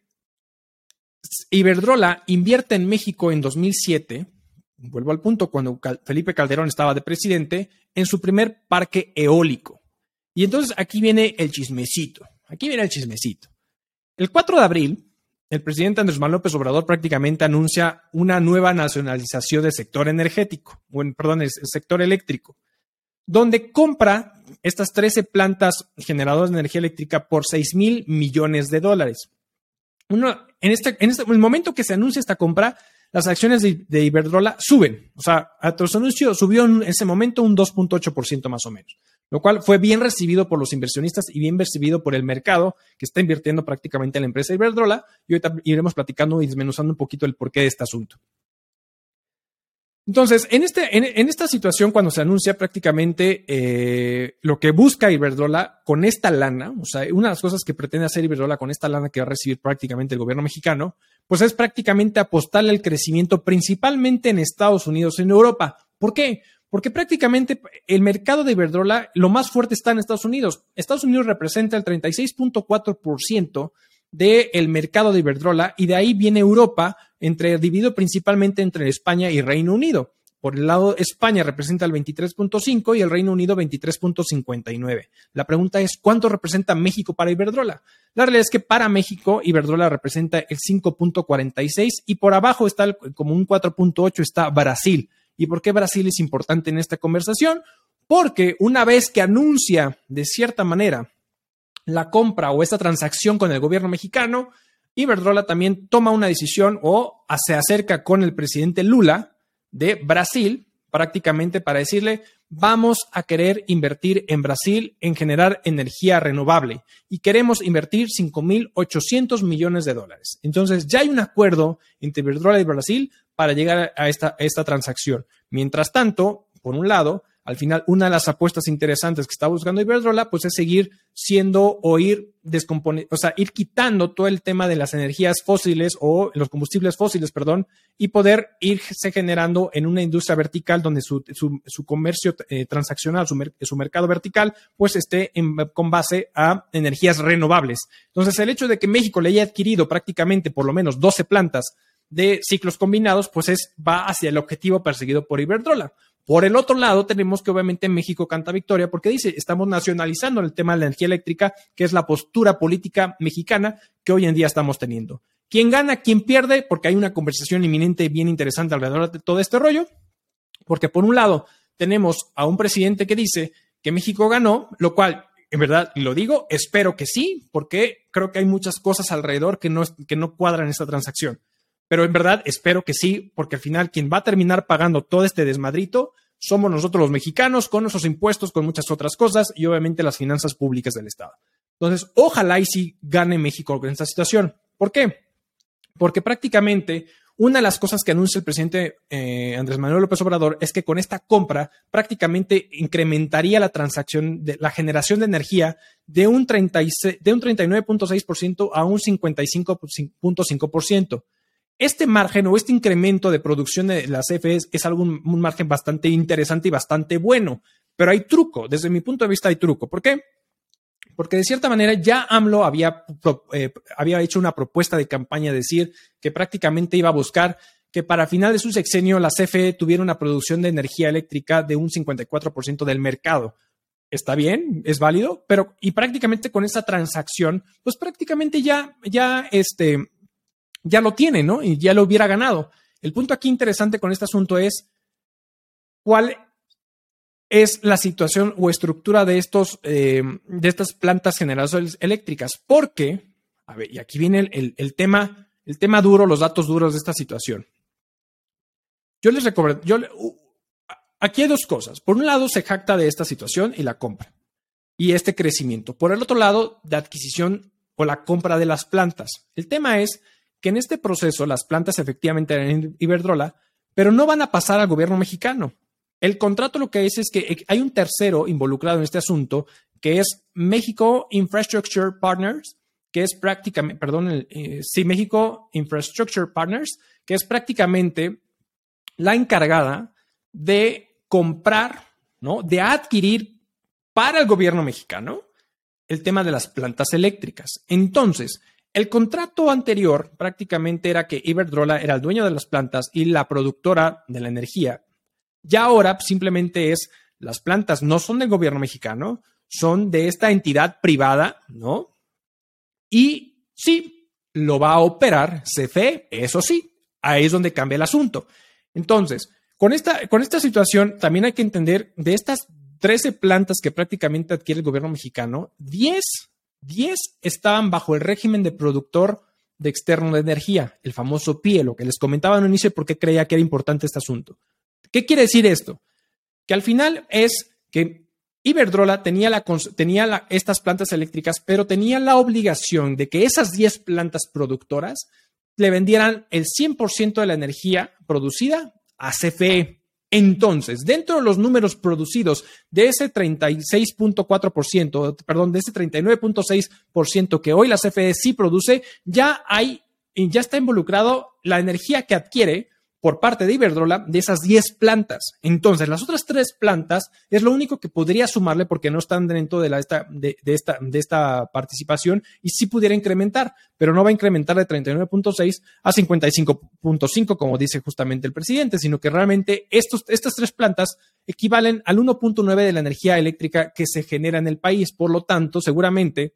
Iberdrola invierte en México en dos mil siete, vuelvo al punto, cuando Felipe Calderón estaba de presidente, en su primer parque eólico. Y entonces aquí viene el chismecito, aquí viene el chismecito. El cuatro de abril, el presidente Andrés Manuel López Obrador prácticamente anuncia una nueva nacionalización del sector energético, bueno, perdón, el sector eléctrico, donde compra estas trece plantas generadoras de energía eléctrica por seis mil millones de dólares. Uno, en, este, en, este, en el momento que se anuncia esta compra, las acciones de, de Iberdrola suben. O sea, a tras anuncio subió en ese momento un dos punto ocho por ciento más o menos, lo cual fue bien recibido por los inversionistas y bien recibido por el mercado que está invirtiendo prácticamente en la empresa Iberdrola. Y ahorita iremos platicando y desmenuzando un poquito el porqué de este asunto. Entonces, en, este, en, en esta situación, cuando se anuncia prácticamente eh, lo que busca Iberdrola con esta lana, o sea, una de las cosas que pretende hacer Iberdrola con esta lana que va a recibir prácticamente el gobierno mexicano, pues es prácticamente apostarle al crecimiento principalmente en Estados Unidos y en Europa. ¿Por qué? Porque prácticamente el mercado de Iberdrola, lo más fuerte está en Estados Unidos. Estados Unidos representa el treinta y seis punto cuatro por ciento del mercado de Iberdrola y de ahí viene Europa, entre, dividido principalmente entre España y Reino Unido. Por el lado, España representa el veintitrés punto cinco y el Reino Unido veintitrés punto cincuenta y nueve. La pregunta es, ¿cuánto representa México para Iberdrola? La realidad es que para México, Iberdrola representa el cinco punto cuarenta y seis y por abajo está el, como un cuatro punto ocho está Brasil. ¿Y por qué Brasil es importante en esta conversación? Porque una vez que anuncia de cierta manera la compra o esta transacción con el gobierno mexicano, Iberdrola también toma una decisión o se acerca con el presidente Lula de Brasil prácticamente para decirle, vamos a querer invertir en Brasil en generar energía renovable y queremos invertir cinco mil ochocientos millones de dólares. Entonces ya hay un acuerdo entre Iberdrola y Brasil para llegar a esta, a esta transacción. Mientras tanto, por un lado, al final, una de las apuestas interesantes que está buscando Iberdrola, pues es seguir siendo o ir descomponiendo, o sea, ir quitando todo el tema de las energías fósiles o los combustibles fósiles, perdón, y poder irse generando en una industria vertical donde su, su, su comercio eh, transaccional, su, mer su mercado vertical, pues esté en, con base a energías renovables. Entonces, el hecho de que México le haya adquirido prácticamente por lo menos doce plantas de ciclos combinados, pues es, va hacia el objetivo perseguido por Iberdrola. Por el otro lado, tenemos que obviamente México canta victoria porque dice, estamos nacionalizando el tema de la energía eléctrica, que es la postura política mexicana que hoy en día estamos teniendo. ¿Quién gana? ¿Quién pierde? Porque hay una conversación inminente bien interesante alrededor de todo este rollo. Porque por un lado, tenemos a un presidente que dice que México ganó, lo cual, en verdad, lo digo, espero que sí, porque creo que hay muchas cosas alrededor que no, que no cuadran esta transacción. Pero en verdad espero que sí, porque al final quien va a terminar pagando todo este desmadrito somos nosotros los mexicanos, con nuestros impuestos, con muchas otras cosas y obviamente las finanzas públicas del Estado. Entonces, ojalá y sí gane México en esta situación. ¿Por qué? Porque prácticamente una de las cosas que anuncia el presidente eh, Andrés Manuel López Obrador es que con esta compra prácticamente incrementaría la transacción, de la generación de energía de un, treinta y seis, de un treinta y nueve punto seis por ciento a un cincuenta y cinco punto cinco por ciento. Este margen o este incremento de producción de las C F Es es algo, un, un margen bastante interesante y bastante bueno, pero hay truco, desde mi punto de vista hay truco. ¿Por qué? Porque de cierta manera ya AMLO había, eh, había hecho una propuesta de campaña, decir que prácticamente iba a buscar que para final de su sexenio la C F E tuviera una producción de energía eléctrica de un cincuenta y cuatro por ciento del mercado. Está bien, es válido, pero y prácticamente con esa transacción, pues prácticamente ya, ya este... ya lo tiene, ¿no? Y ya lo hubiera ganado. El punto aquí interesante con este asunto es cuál es la situación o estructura de estos eh, de estas plantas generadoras eléctricas. Porque, a ver, y aquí viene el, el, el tema, el tema duro, los datos duros de esta situación. Yo les recomiendo, yo, uh, aquí hay dos cosas. Por un lado, se jacta de esta situación y la compra y este crecimiento. Por el otro lado, de adquisición o la compra de las plantas. El tema es que en este proceso las plantas efectivamente eran Iberdrola, pero no van a pasar al gobierno mexicano. El contrato lo que dice es que hay un tercero involucrado en este asunto, que es México Infrastructure Partners, que es prácticamente, perdón, eh, sí, México Infrastructure Partners, que es prácticamente la encargada de comprar, ¿no? De adquirir para el gobierno mexicano el tema de las plantas eléctricas. Entonces, el contrato anterior prácticamente era que Iberdrola era el dueño de las plantas y la productora de la energía. Ya ahora simplemente es, las plantas no son del gobierno mexicano, son de esta entidad privada, ¿no? Y sí, lo va a operar C F E, eso sí, ahí es donde cambia el asunto. Entonces, con esta, con esta situación también hay que entender de estas trece plantas que prácticamente adquiere el gobierno mexicano, diez, diez estaban bajo el régimen de productor de externo de energía, el famoso P I E, lo que les comentaba en un inicio por qué creía que era importante este asunto. ¿Qué quiere decir esto? Que al final es que Iberdrola tenía, la, tenía la, estas plantas eléctricas, pero tenía la obligación de que esas diez plantas productoras le vendieran el cien por ciento de la energía producida a C F E. Entonces, dentro de los números producidos de ese treinta y seis punto cuatro por ciento, perdón, de ese treinta y nueve punto seis por ciento que hoy la C F E sí produce, ya hay, ya está involucrado la energía que adquiere por parte de Iberdrola de esas diez plantas. Entonces, las otras tres plantas es lo único que podría sumarle porque no están dentro de, la, esta, de, de, esta, de esta participación y sí pudiera incrementar, pero no va a incrementar de treinta y nueve punto seis a cincuenta y cinco punto cinco, como dice justamente el presidente, sino que realmente estos, estas tres plantas equivalen al uno punto nueve de la energía eléctrica que se genera en el país. Por lo tanto, seguramente,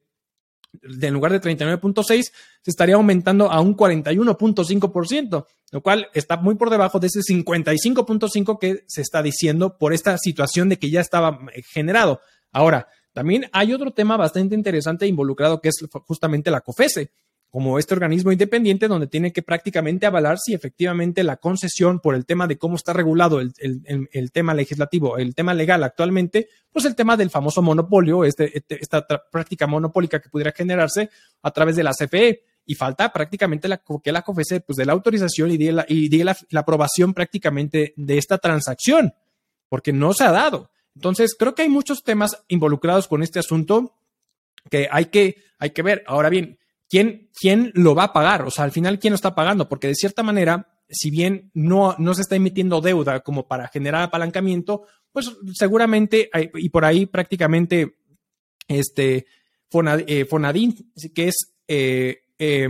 en lugar de treinta y nueve punto seis, se estaría aumentando a un cuarenta y uno punto cinco por ciento, lo cual está muy por debajo de ese cincuenta y cinco punto cinco que se está diciendo por esta situación de que ya estaba generado. Ahora, también hay otro tema bastante interesante involucrado que es justamente la COFECE, como este organismo independiente donde tiene que prácticamente avalar si efectivamente la concesión por el tema de cómo está regulado el, el, el, el tema legislativo, el tema legal actualmente, pues el tema del famoso monopolio, este, este, esta práctica monopólica que pudiera generarse a través de la C F E. Y falta prácticamente la, que la COFECE pues de la autorización y de, la, y de la, la aprobación prácticamente de esta transacción, porque no se ha dado. Entonces, creo que hay muchos temas involucrados con este asunto que hay que, hay que ver. Ahora bien, ¿Quién, ¿quién lo va a pagar? O sea, al final, ¿quién lo está pagando? Porque de cierta manera, si bien no, no se está emitiendo deuda como para generar apalancamiento, pues seguramente, hay, y por ahí prácticamente, este, Fonad, eh, Fonadín, que es, eh, eh,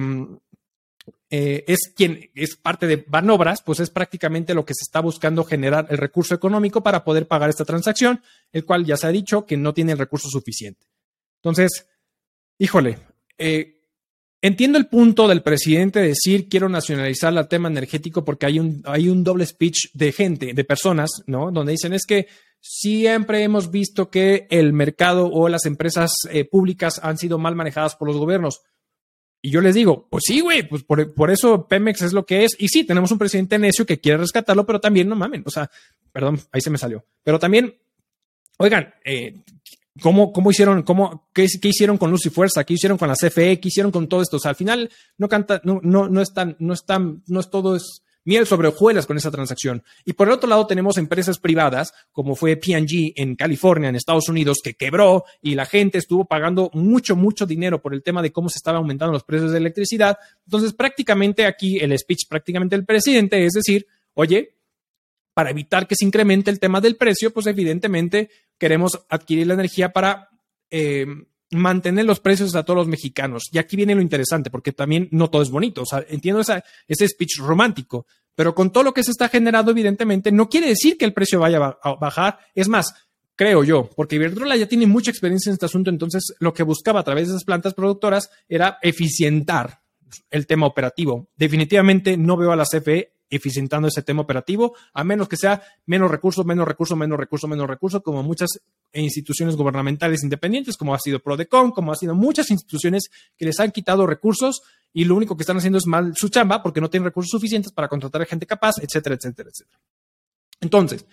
eh, es quien es parte de Banobras, pues es prácticamente lo que se está buscando generar el recurso económico para poder pagar esta transacción, el cual ya se ha dicho que no tiene el recurso suficiente. Entonces, híjole, eh, entiendo el punto del presidente de decir quiero nacionalizar el tema energético porque hay un, hay un doble speech de gente, de personas, ¿no? Donde dicen es que siempre hemos visto que el mercado o las empresas eh, públicas han sido mal manejadas por los gobiernos. Y yo les digo, pues sí, güey, pues por, por eso Pemex es lo que es. Y sí, tenemos un presidente necio que quiere rescatarlo, pero también, no mamen, o sea, perdón, ahí se me salió. Pero también, oigan, eh, ¿Cómo, cómo hicieron, cómo, qué, qué hicieron con Luz y Fuerza? ¿Qué hicieron con la C F E? ¿Qué hicieron con todo esto? O sea, al final no canta, no, no, no es tan, no es tan, no es todo es miel sobre hojuelas con esa transacción. Y por el otro lado tenemos empresas privadas, como fue P and G en California, en Estados Unidos, que quebró y la gente estuvo pagando mucho, mucho dinero por el tema de cómo se estaban aumentando los precios de electricidad. Entonces, prácticamente aquí el speech prácticamente del presidente es decir, oye, para evitar que se incremente el tema del precio, pues evidentemente queremos adquirir la energía para eh, mantener los precios a todos los mexicanos. Y aquí viene lo interesante, porque también no todo es bonito. O sea, entiendo esa, ese speech romántico, pero con todo lo que se está generando, evidentemente, no quiere decir que el precio vaya a bajar. Es más, creo yo, porque Iberdrola ya tiene mucha experiencia en este asunto, entonces lo que buscaba a través de esas plantas productoras era eficientar el tema operativo. Definitivamente no veo a la C F E eficientando ese tema operativo, a menos que sea menos recursos, menos recursos, menos recursos, menos recursos, como muchas instituciones gubernamentales independientes, como ha sido Prodecon, como ha sido muchas instituciones que les han quitado recursos y lo único que están haciendo es mal su chamba porque no tienen recursos suficientes para contratar a gente capaz, etcétera, etcétera, etcétera. Entonces,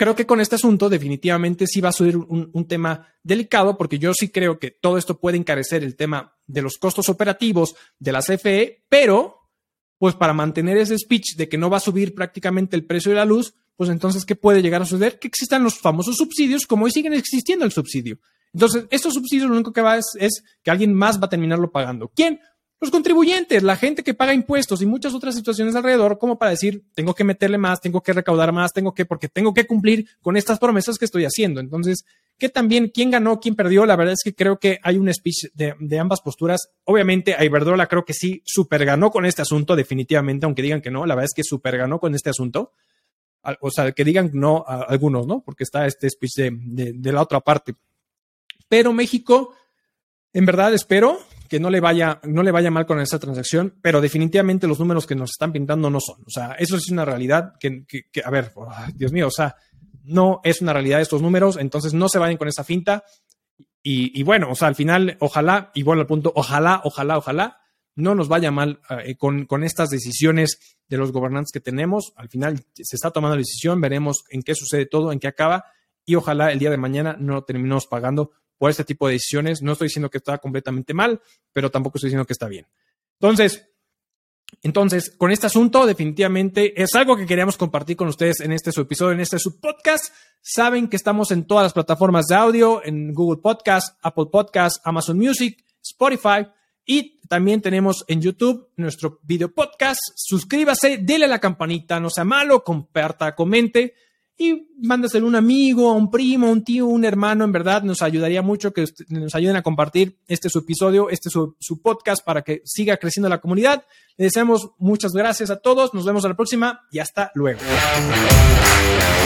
creo que con este asunto definitivamente sí va a subir un, un tema delicado, porque yo sí creo que todo esto puede encarecer el tema de los costos operativos de la C F E, pero pues para mantener ese speech de que no va a subir prácticamente el precio de la luz, pues entonces, ¿qué puede llegar a suceder? Que existan los famosos subsidios, como hoy siguen existiendo el subsidio. Entonces, estos subsidios lo único que va es, es que alguien más va a terminarlo pagando. ¿Quién? Los contribuyentes, la gente que paga impuestos y muchas otras situaciones alrededor, como para decir, tengo que meterle más, tengo que recaudar más, tengo que, porque tengo que cumplir con estas promesas que estoy haciendo. Entonces, que también, ¿quién ganó, quién perdió? La verdad es que creo que hay un speech de, de ambas posturas. Obviamente, a Iberdrola creo que sí super ganó con este asunto, definitivamente, aunque digan que no, la verdad es que super ganó con este asunto. O sea, que digan no a algunos, ¿no? Porque está este speech de, de, de la otra parte. Pero México, en verdad, espero que no le vaya, no le vaya mal con esta transacción, pero definitivamente los números que nos están pintando no son. O sea, eso es una realidad que, que, que a ver, oh, Dios mío, o sea, no es una realidad estos números, entonces no se vayan con esa finta. Y, y bueno, o sea, al final, ojalá, y bueno, al punto, ojalá, ojalá, ojalá, no nos vaya mal eh, con, con estas decisiones de los gobernantes que tenemos. Al final se está tomando la decisión, veremos en qué sucede todo, en qué acaba, y ojalá el día de mañana no terminemos pagando por este tipo de decisiones. No estoy diciendo que está completamente mal, pero tampoco estoy diciendo que está bien. Entonces, entonces, con este asunto definitivamente es algo que queríamos compartir con ustedes en este su episodio, en este su podcast. Saben que estamos en todas las plataformas de audio, en Google Podcast, Apple Podcast, Amazon Music, Spotify, y también tenemos en YouTube nuestro video podcast. Suscríbase, dele a la campanita, no sea malo, comparta, comente y mándaselo a un amigo, a un primo, a un tío, a un hermano. En verdad nos ayudaría mucho que nos ayuden a compartir este su episodio, este su, su podcast, para que siga creciendo la comunidad. Les deseamos muchas gracias a todos. Nos vemos a la próxima y hasta luego.